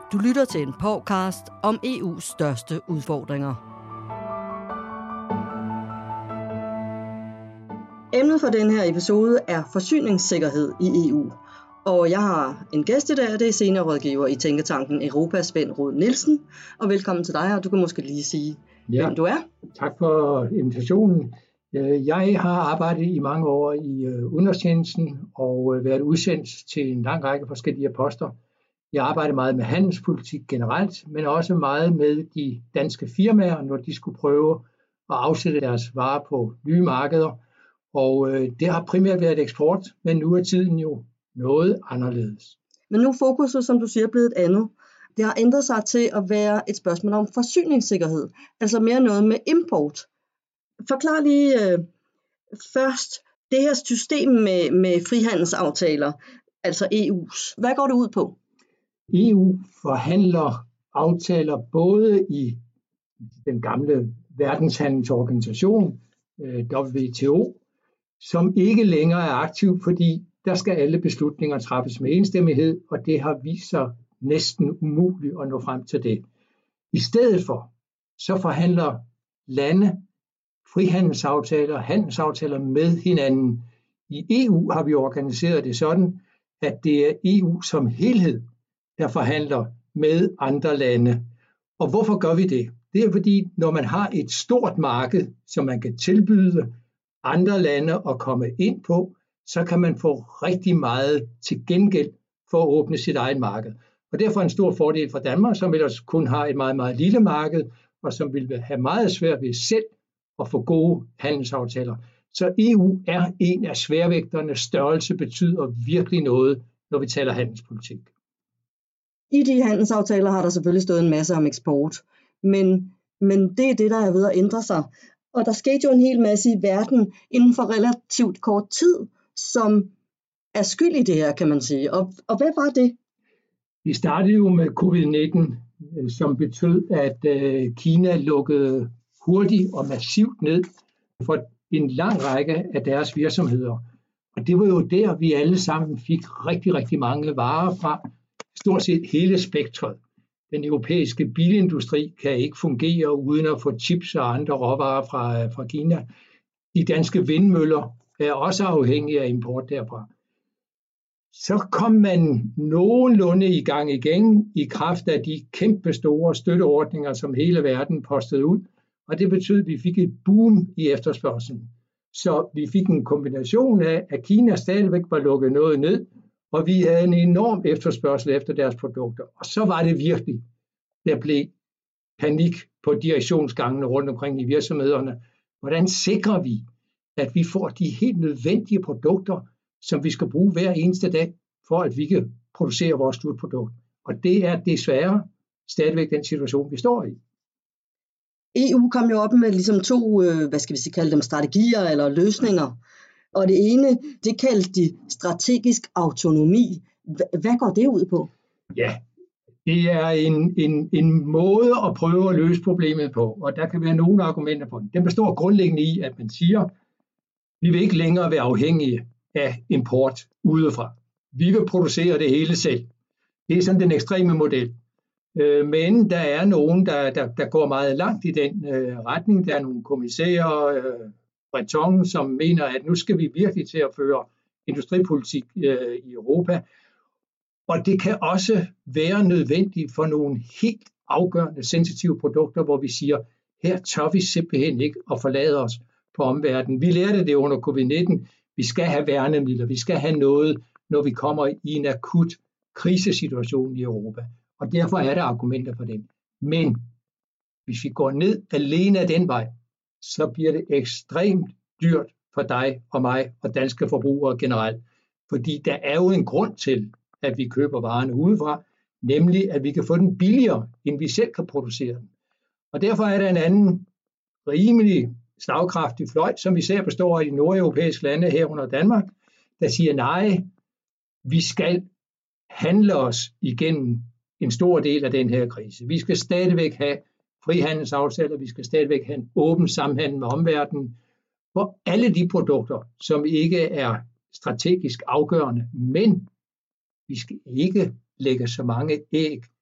Du lytter til en podcast om EU's største udfordringer. Emnet for den her episode er forsyningssikkerhed i EU. Og jeg har en gæst i dag, det er seniorrådgiver i Tænketanken Europa, Svend Rud Nielsen. Og velkommen til dig, og du kan måske lige sige, hvem du er. Tak for invitationen. Jeg har arbejdet i mange år i udenrigstjenesten og været udsendt til en lang række forskellige poster. Jeg arbejder meget med handelspolitik generelt, men også meget med de danske firmaer, når de skulle prøve at afsætte deres varer på nye markeder. Og det har primært været eksport, men nu er tiden jo noget anderledes. Men nu er fokuset, som du siger, blevet et andet. Det har ændret sig til at være et spørgsmål om forsyningssikkerhed, altså mere noget med import. Forklar lige først det her system med frihandelsaftaler, altså EU's. Hvad går det ud på? EU forhandler aftaler både i den gamle verdenshandelsorganisation, WTO, som ikke længere er aktiv, fordi der skal alle beslutninger træffes med enstemmighed, og det har vist sig næsten umuligt at nå frem til det. I stedet for, så forhandler lande frihandelsaftaler, handelsaftaler med hinanden. I EU har vi organiseret det sådan, at det er EU som helhed, der forhandler med andre lande. Og hvorfor gør vi det? Det er fordi, når man har et stort marked, som man kan tilbyde andre lande at komme ind på, så kan man få rigtig meget til gengæld for at åbne sit eget marked. Og derfor er en stor fordel for Danmark, som ellers kun har et meget, meget lille marked, og som vil have meget svært ved selv at få gode handelsaftaler. Så EU er en af sværvægterne. Størrelse betyder virkelig noget, når vi taler handelspolitik. I de handelsaftaler har der selvfølgelig stået en masse om eksport, men det er det, der er ved at ændre sig. Og der skete jo en hel masse i verden inden for relativt kort tid, som er skyld i det her, kan man sige. Og hvad var det? Vi startede jo med covid-19, som betød, at Kina lukkede hurtigt og massivt ned for en lang række af deres virksomheder. Og det var jo der, vi alle sammen fik rigtig, rigtig mange varer fra. Stort set hele spektret. Den europæiske bilindustri kan ikke fungere uden at få chips og andre råvarer fra Kina. De danske vindmøller er også afhængige af import derfra. Så kom man nogenlunde i gang igen i kraft af de kæmpe store støtteordninger, som hele verden postede ud. Og det betød, at vi fik et boom i efterspørgselen. Så vi fik en kombination af, at Kina stadigvæk var lukket noget ned, og vi havde en enorm efterspørgsel efter deres produkter. Og så var det virkelig, der blev panik på direktionsgangene rundt omkring i virksomhederne. Hvordan sikrer vi, at vi får de helt nødvendige produkter, som vi skal bruge hver eneste dag, for at vi kan producere vores slutprodukt? Og det er desværre stadigvæk den situation, vi står i. EU kom jo op med ligesom to, kalde dem strategier eller løsninger. Og det ene, det kaldte de strategisk autonomi. Hvad går det ud på? Ja, det er en måde at prøve at løse problemet på, og der kan være nogle argumenter på den. Den består grundlæggende i, at man siger, vi vil ikke længere være afhængige af import udefra. Vi vil producere det hele selv. Det er sådan den ekstreme model. Men der er nogen, der går meget langt i den retning. Der er nogle kommissærer, Breton, som mener, at nu skal vi virkelig til at føre industripolitik i Europa. Og det kan også være nødvendigt for nogle helt afgørende sensitive produkter, hvor vi siger, her tør vi simpelthen ikke at forlade os på omverdenen. Vi lærte det under covid-19. Vi skal have værnemidler. Vi skal have noget, når vi kommer i en akut krisesituation i Europa. Og derfor er der argumenter for den. Men hvis vi går ned alene af den vej, så bliver det ekstremt dyrt for dig og mig og danske forbrugere generelt. Fordi der er jo en grund til, at vi køber varerne udefra, nemlig at vi kan få den billigere, end vi selv kan producere den. Og derfor er der en anden rimelig slagkraftig fløjt, som især består af de nordeuropæiske lande herunder Danmark, der siger nej, vi skal handle os igennem en stor del af den her krise. Vi skal stadigvæk have frihandelsaftaler, vi skal stadigvæk have en åben samhandel med omverdenen for alle de produkter, som ikke er strategisk afgørende, men vi skal ikke lægge så mange æg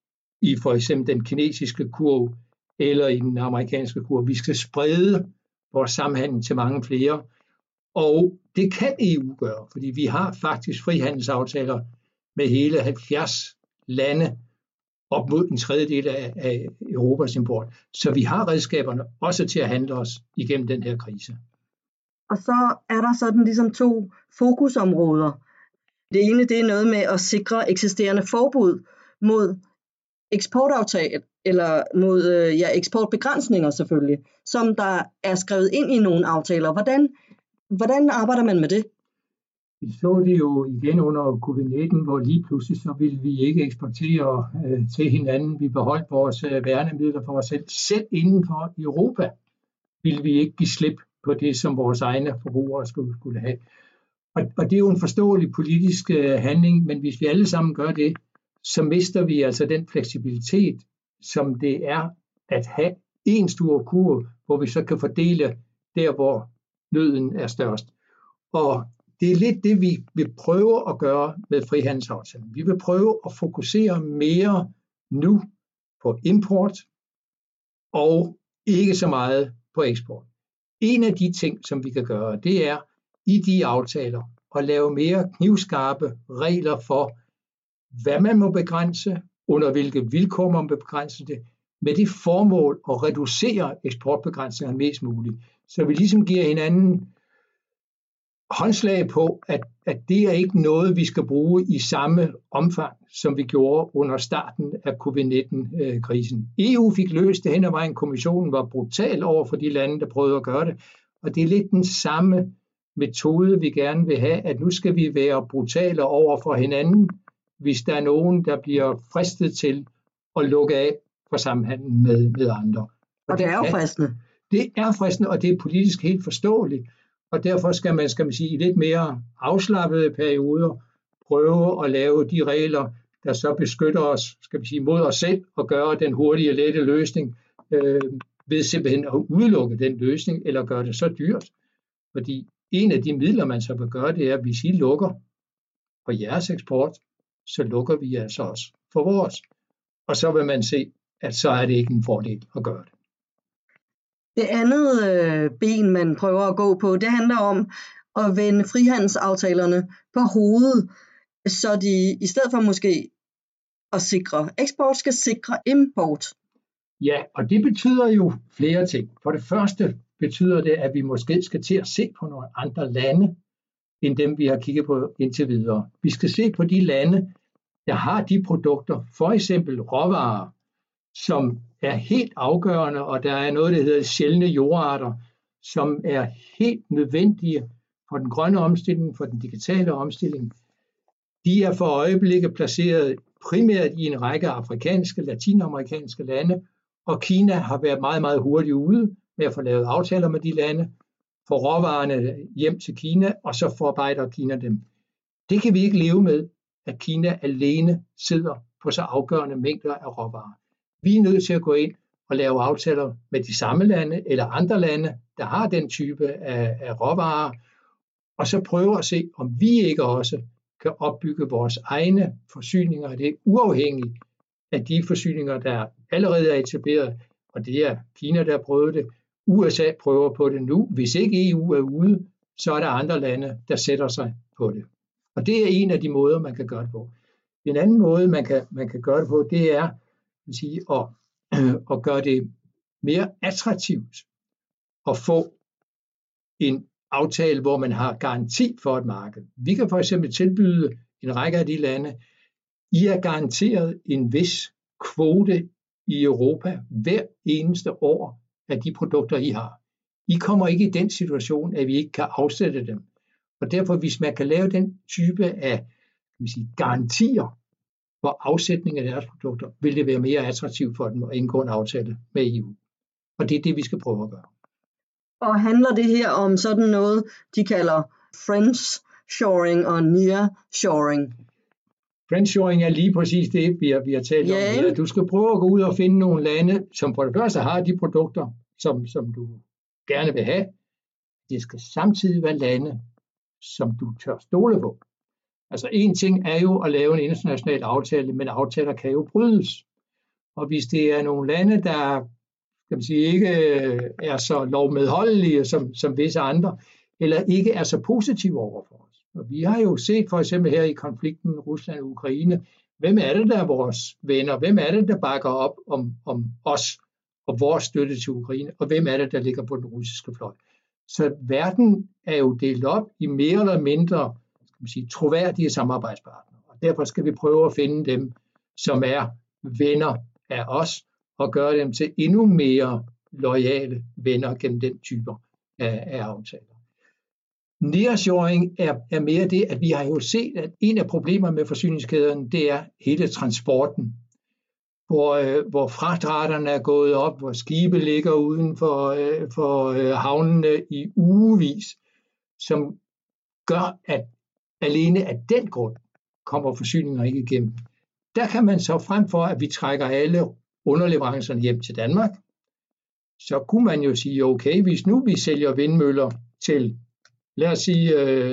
i for eksempel den kinesiske kurv eller i den amerikanske kurv. Vi skal sprede vores samhandel til mange flere, og det kan EU gøre, fordi vi har faktisk frihandelsaftaler med hele 70 lande op mod en tredjedel af Europas import. Så vi har redskaberne også til at handle os igennem den her krise. Og så er der sådan ligesom 2 fokusområder. Det ene, det er noget med at sikre eksisterende forbud mod eksportaftale, eller mod eksportbegrænsninger selvfølgelig, som der er skrevet ind i nogle aftaler. Hvordan arbejder man med det? Vi så det jo igen under covid-19, hvor lige pludselig så ville vi ikke eksportere til hinanden. Vi beholdt vores værnemidler for os selv. Selv inden for Europa ville vi ikke give slip på det, som vores egne forbrugere skulle have. Og det er jo en forståelig politisk handling, men hvis vi alle sammen gør det, så mister vi altså den fleksibilitet, som det er at have en stor kurv, hvor vi så kan fordele der, hvor nøden er størst. Og det er lidt det, vi vil prøve at gøre med frihandelsaftalen. Vi vil prøve at fokusere mere nu på import og ikke så meget på eksport. En af de ting, som vi kan gøre, det er i de aftaler at lave mere knivskarpe regler for, hvad man må begrænse, under hvilke vilkår man må begrænse det, med det formål at reducere eksportbegrænsningerne mest muligt. Så vi ligesom giver hinanden håndslag på, at det er ikke noget, vi skal bruge i samme omfang, som vi gjorde under starten af covid-19-krisen. EU fik løst det hen ad vejen. Kommissionen var brutal over for de lande, der prøvede at gøre det. Og det er lidt den samme metode, vi gerne vil have, at nu skal vi være brutale over for hinanden, hvis der er nogen, der bliver fristet til at lukke af for samhandel med andre. Og det er jo fristende. Det er fristende, og det er politisk helt forståeligt. Og derfor skal man sige, i lidt mere afslappede perioder prøve at lave de regler, der så beskytter os, mod os selv og gøre den hurtige, lette løsning ved simpelthen at udelukke den løsning eller gøre det så dyrt. Fordi en af de midler, man så vil gøre, det er, at hvis I lukker for jeres eksport, så lukker vi altså også for vores. Og så vil man se, at så er det ikke en fordel at gøre det. Det andet ben, man prøver at gå på, det handler om at vende frihandelsaftalerne på hovedet, så de i stedet for måske at sikre eksport, skal sikre import. Ja, og det betyder jo flere ting. For det første betyder det, at vi måske skal til at se på nogle andre lande, end dem vi har kigget på indtil videre. Vi skal se på de lande, der har de produkter, for eksempel råvarer, som er helt afgørende, og der er noget, der hedder sjældne jordarter, som er helt nødvendige for den grønne omstilling, for den digitale omstilling. De er for øjeblikket placeret primært i en række afrikanske, latinamerikanske lande, og Kina har været meget, meget hurtigt ude med at få lavet aftaler med de lande, få råvarerne hjem til Kina, og så forarbejder Kina dem. Det kan vi ikke leve med, at Kina alene sidder på så afgørende mængder af råvarer. Vi er nødt til at gå ind og lave aftaler med de samme lande eller andre lande, der har den type af råvarer, og så prøve at se, om vi ikke også kan opbygge vores egne forsyninger. Det er uafhængigt af de forsyninger, der allerede er etableret, og det er Kina, der har prøvet det. USA prøver på det nu. Hvis ikke EU er ude, så er der andre lande, der sætter sig på det. Og det er en af de måder, man kan gøre det på. En anden måde, man kan gøre det på, det er at gøre det mere attraktivt at få en aftale, hvor man har garanti for et marked. Vi kan for eksempel tilbyde en række af de lande, I er garanteret en vis kvote i Europa hver eneste år af de produkter, I har. I kommer ikke i den situation, at vi ikke kan afsætte dem. Og derfor, hvis man kan lave den type af garantier for afsætning af deres produkter, vil det være mere attraktivt for dem at indgå en aftale med EU. Og det er det, vi skal prøve at gøre. Og handler det her om sådan noget, de kalder friendshoring og nearshoring? Friendshoring er lige præcis det, vi har talt om her. Du skal prøve at gå ud og finde nogle lande, som for det første har de produkter, som du gerne vil have. Det skal samtidig være lande, som du tør stole på. Altså en ting er jo at lave en international aftale, men aftaler kan jo brydes. Og hvis det er nogle lande, der kan man sige, ikke er så lovmedholdelige som visse andre, eller ikke er så positive overfor os. Og vi har jo set for eksempel her i konflikten Rusland og Ukraine, hvem er det, der er vores venner? Hvem er det, der bakker op om os og vores støtte til Ukraine? Og hvem er det, der ligger på den russiske fløj? Så verden er jo delt op i mere eller mindre troværdige samarbejdspartnere. Og derfor skal vi prøve at finde dem, som er venner af os, og gøre dem til endnu mere loyale venner gennem den typer af aftaler. Nearshoring er mere det, at vi har jo set, at en af problemerne med forsyningskæderne, det er hele transporten, hvor fragtraterne er gået op, hvor skibe ligger uden for havnene i ugevis, som gør, at alene af den grund kommer forsyninger ikke igennem. Der kan man så frem for, at vi trækker alle underleverancerne hjem til Danmark, så kunne man jo sige, okay, hvis nu vi sælger vindmøller til, lad os sige,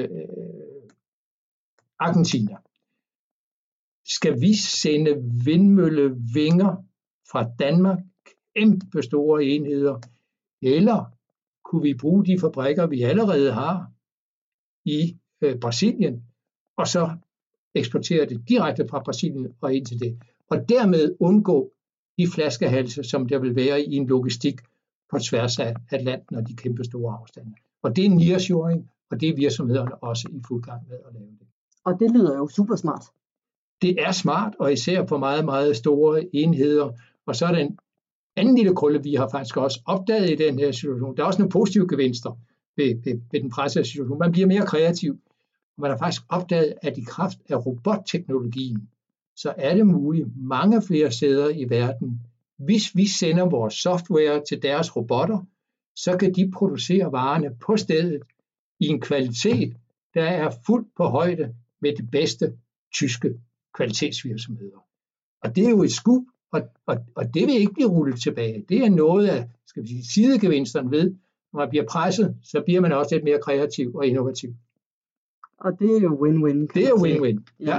Argentina, skal vi sende vindmøllevinger fra Danmark, kæmpe store enheder, eller kunne vi bruge de fabrikker, vi allerede har i Brasilien, og så eksportere det direkte fra Brasilien og ind til det, og dermed undgå de flaskehalse, som der vil være i en logistik på tværs af Atlanten og de kæmpe store afstande. Og det er nearshoring, og det er virksomhederne også i fuld gang med at lave det. Og det lyder jo super smart. Det er smart, og især på meget, meget store enheder. Og så er der en anden lille krølle, vi har faktisk også opdaget i den her situation. Der er også nogle positive gevinster ved den pressede situation. Man bliver mere kreativ. Man har faktisk opdaget, at i kraft af robotteknologien, så er det muligt mange flere steder i verden. Hvis vi sender vores software til deres robotter, så kan de producere varerne på stedet i en kvalitet, der er fuldt på højde med de bedste tyske kvalitetsvirksomheder. Og det er jo et skub, og det vil ikke blive rullet tilbage. Det er noget af sidegevinsterne ved, når man bliver presset, så bliver man også lidt mere kreativ og innovativ. Og det er jo win-win. Det er jo win-win, ja.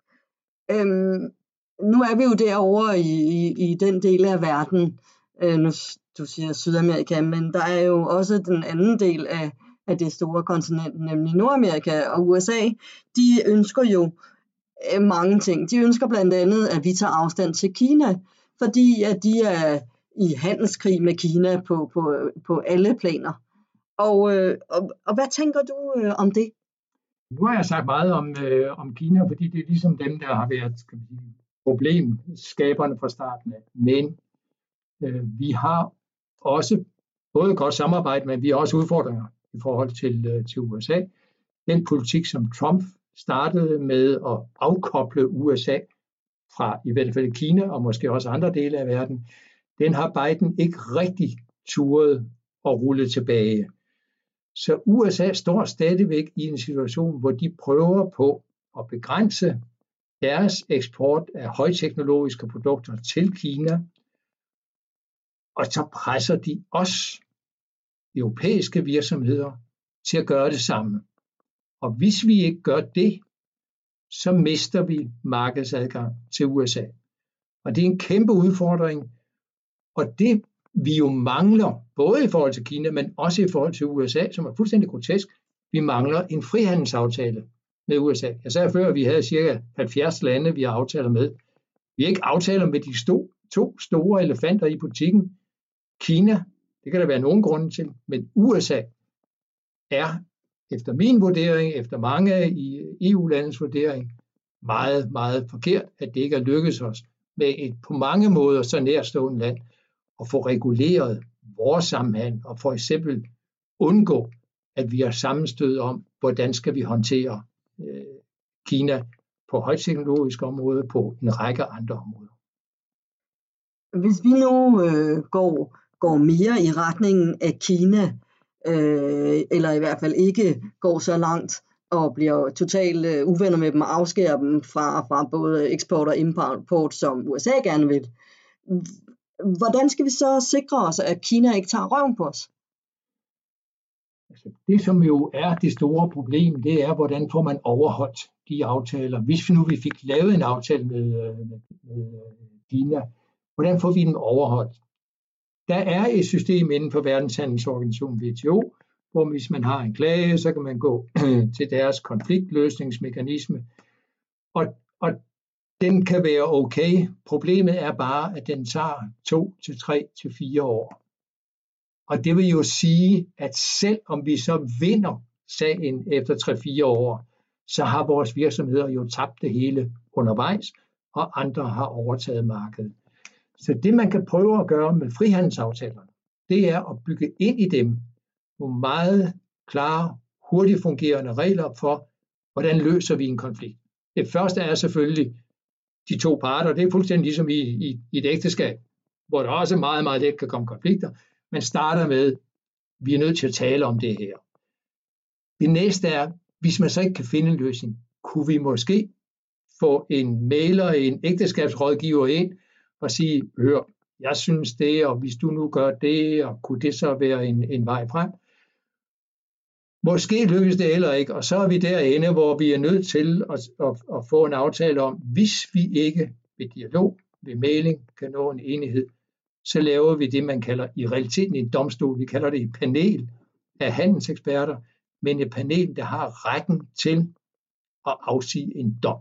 Nu er vi jo derovre i den del af verden, nu du siger Sydamerika, men der er jo også den anden del af det store kontinent, nemlig Nordamerika og USA. De ønsker jo mange ting. De ønsker blandt andet, at vi tager afstand til Kina, fordi at de er i handelskrig med Kina på alle planer. Og hvad tænker du om det? Nu har jeg sagt meget om Kina, fordi det er ligesom dem, der har været problemskaberne fra starten af. Men vi har også både godt samarbejde, men vi har også udfordringer i forhold til USA. Den politik, som Trump startede med at afkoble USA fra i hvert fald Kina og måske også andre dele af verden, den har Biden ikke rigtig turet at rulle tilbage. Så USA står stadigvæk i en situation, hvor de prøver på at begrænse deres eksport af højteknologiske produkter til Kina, og så presser de os europæiske virksomheder til at gøre det samme. Og hvis vi ikke gør det, så mister vi markedsadgang til USA. Og det er en kæmpe udfordring, og det vi jo mangler, både i forhold til Kina, men også i forhold til USA, som er fuldstændig grotesk, vi mangler en frihandelsaftale med USA. Jeg sagde før, at vi havde cirka 70 lande, vi har aftaler med. Vi har ikke aftaler med de to store elefanter i butikken. Kina, det kan der være nogen grunde til, men USA er efter min vurdering, efter mange i EU-landets vurdering, meget, meget forkert, at det ikke er lykkedes os med et på mange måder så nærstående land at få reguleret vores samhandel og for eksempel undgå, at vi har sammenstød om, hvordan skal vi håndtere Kina på højteknologiske områder, på en række andre områder. Hvis vi nu går mere i retningen af Kina, eller i hvert fald ikke går så langt og bliver totalt uvenner med dem og afskærer dem fra både eksport og import, som USA gerne vil. Hvordan skal vi så sikre os, at Kina ikke tager røven på os? Altså, det, som jo er det store problem, det er, hvordan får man overholdt de aftaler. Hvis vi fik lavet en aftale med Kina, Hvordan får vi dem overholdt? Der er et system inden for Verdenshandelsorganisationen WTO, hvor hvis man har en klage, så kan man gå til deres konfliktløsningsmekanisme, og den kan være okay. Problemet er bare, at den tager 2 til 3 til 4 år. Og det vil jo sige, at selv om vi så vinder sagen efter 3-4 år, så har vores virksomheder jo tabt det hele undervejs, og andre har overtaget markedet. Så det man kan prøve at gøre med frihandelsaftalerne, det er at bygge ind i dem nogle meget klare, hurtigt fungerende regler for, hvordan løser vi en konflikt. Det første er selvfølgelig de to parter. Det er fuldstændig ligesom i et ægteskab, hvor der også meget, meget let kan komme konflikter. Man starter med, vi er nødt til at tale om det her. Det næste er, hvis man så ikke kan finde en løsning, kunne vi måske få en mægler, en ægteskabsrådgiver ind og sige, hør, jeg synes det, og hvis du nu gør det, og kunne det så være en vej frem? Måske lykkes det heller ikke, og så er vi derinde, hvor vi er nødt til at få en aftale om, hvis vi ikke ved dialog, ved mægling, kan nå en enighed, så laver vi det, man kalder i realiteten en domstol. Vi kalder det et panel af handelseksperter, men et panel, der har retten til at afsige en dom.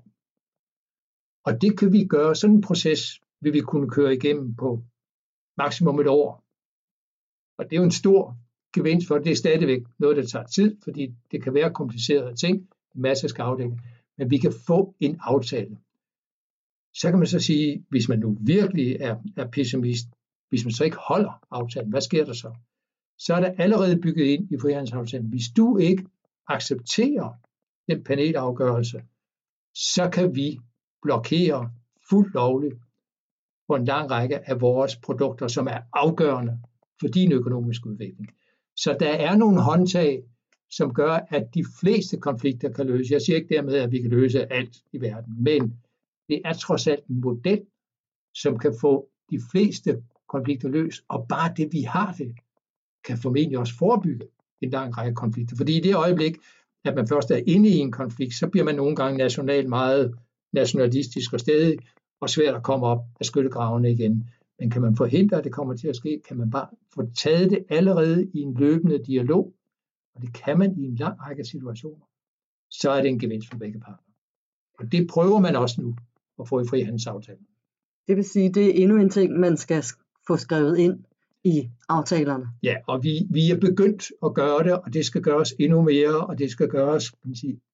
Og det kan vi gøre, sådan en proces vil vi kunne køre igennem på maksimum et år. Og det er jo en stor gevinst, for det er stadigvæk noget, der tager tid, fordi det kan være komplicerede ting, masser skal afdække, men vi kan få en aftale. Så kan man så sige, hvis man nu virkelig er pessimist, hvis man så ikke holder aftalen, hvad sker der så? Så er der allerede bygget ind i frihandelsaftalen. Hvis du ikke accepterer den panelafgørelse, så kan vi blokere fuldt lovligt på en lang række af vores produkter, som er afgørende for din økonomiske udvikling. Så der er nogle håndtag, som gør, at de fleste konflikter kan løses. Jeg siger ikke dermed, at vi kan løse alt i verden, men det er trods alt en model, som kan få de fleste konflikter løst, og bare det, vi har det, kan formentlig også forebygge en lang række konflikter. Fordi i det øjeblik, at man først er inde i en konflikt, så bliver man nogle gange nationalt meget nationalistisk og stædig, og svært at komme op af skyttegravene igen. Men kan man forhindre, at det kommer til at ske, kan man bare få taget det allerede i en løbende dialog, og det kan man i en lang række situationer, så er det en gevinst for begge parter. Og det prøver man også nu at få i frihandelsaftalen. Det vil sige, det er endnu en ting, man skal få skrevet ind i aftalerne. Ja, og vi er begyndt at gøre det, og det skal gøres endnu mere, og det skal gøres, kan man sige,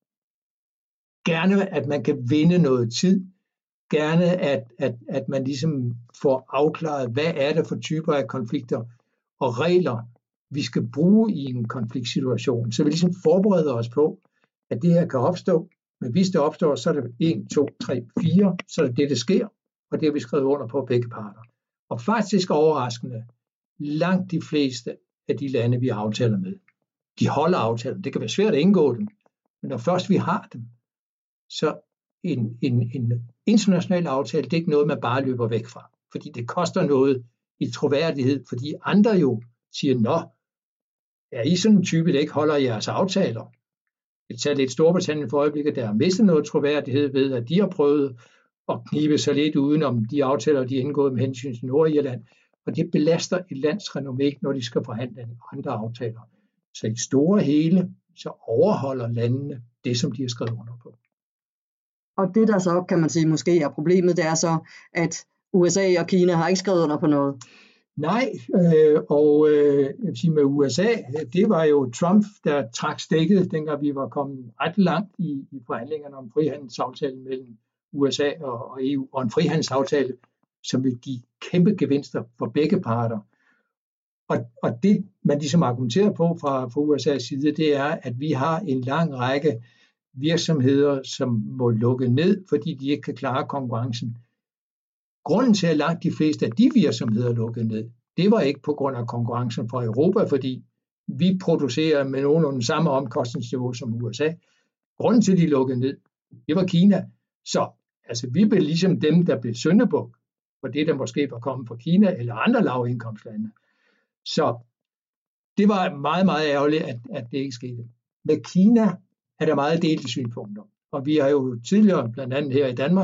gerne at man kan vinde noget tid, gerne at man ligesom får afklaret, hvad er det for typer af konflikter og regler, vi skal bruge i en konfliktsituation. Så vi ligesom forbereder os på, at det her kan opstå, men hvis det opstår, så er det 1, 2, 3, 4, så er det det, der sker, og det har vi skrevet under på begge parter. Og faktisk overraskende, langt de fleste af de lande, vi aftaler med, de holder aftalen. Det kan være svært at indgå dem, men når først vi har dem, så en international aftale, det er ikke noget, man bare løber væk fra. Fordi det koster noget i troværdighed, fordi andre jo siger, nå, er I sådan en type, der ikke holder jeres aftaler? Vi tager lidt Storbritannien for øjeblikket, der har mistet noget troværdighed ved, at de har prøvet at knibe sig lidt udenom de aftaler, de er indgået med hensyn til Nordirland. Og det belaster et lands renommé, når de skal forhandle andre aftaler. Så i det store hele, så overholder landene det, som de har skrevet under på. Og det der så, kan man sige, måske er problemet, det er så, at USA og Kina har ikke skrevet under på noget. Nej, jeg vil sige med USA, det var jo Trump, der trak stikket, dengang vi var kommet ret langt i forhandlingerne om frihandelsaftalen mellem USA og EU, og en frihandelsaftale, som vil give kæmpe gevinster for begge parter. Og det, man ligesom argumenterer på fra USA's side, det er, at vi har en lang række virksomheder, som må lukke ned, fordi de ikke kan klare konkurrencen. Grunden til, at langt de fleste af de virksomheder lukkede ned, det var ikke på grund af konkurrencen fra Europa, fordi vi producerer med nogenlunde samme omkostningsniveau som USA. Grunden til, at de lukkede ned, det var Kina. Så altså, vi blev ligesom dem, der blev syndebuk for det, der måske var kommet fra Kina eller andre lavindkomstlande. Så det var meget, meget ærgerligt, at det ikke skete. Med Kina er der meget delte synspunkter. Og vi har jo tidligere, blandt andet her i Danmark,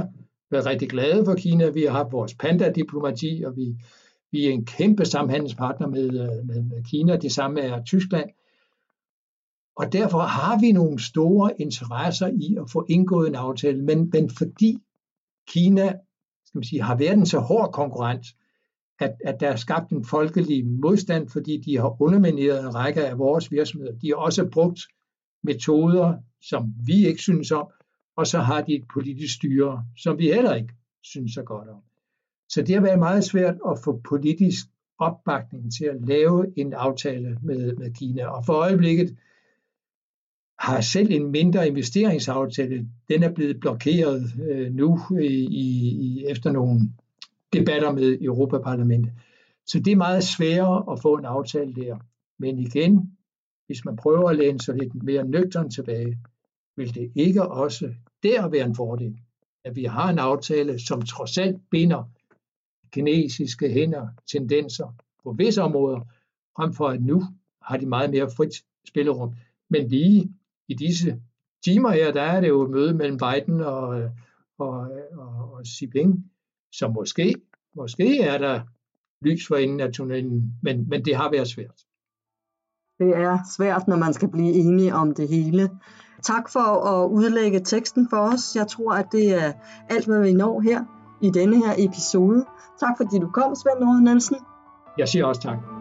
været rigtig glade for Kina. Vi har haft vores panda-diplomati, og vi er en kæmpe samhandelspartner med Kina. Det samme er Tyskland. Og derfor har vi nogle store interesser i at få indgået en aftale. Men fordi Kina har været en så hård konkurrent, at der er skabt en folkelig modstand, fordi de har undermineret en række af vores virksomheder. De har også brugt metoder, som vi ikke synes om, og så har de et politisk styre, som vi heller ikke synes så godt om. Så det har været meget svært at få politisk opbakning til at lave en aftale med Kina. Og for øjeblikket har selv en mindre investeringsaftale, den er blevet blokeret nu efter nogle debatter med Europaparlamentet. Så det er meget sværere at få en aftale der. Men igen, hvis man prøver at læne sig lidt mere nøgternt tilbage, vil det ikke også der være en fordel, at vi har en aftale, som trods alt binder kinesiske hænder tendenser på visse områder, frem for at nu har de meget mere frit spillerum. Men lige i disse timer her, der er det jo et møde mellem Biden og Xi Jinping, så måske er der lys for enden af tunnelen, men det har været svært. Det er svært, når man skal blive enige om det hele. Tak for at udlægge teksten for os. Jeg tror, at det er alt, hvad vi når her i denne her episode. Tak fordi du kom, Svend Åge Nielsen. Jeg siger også tak.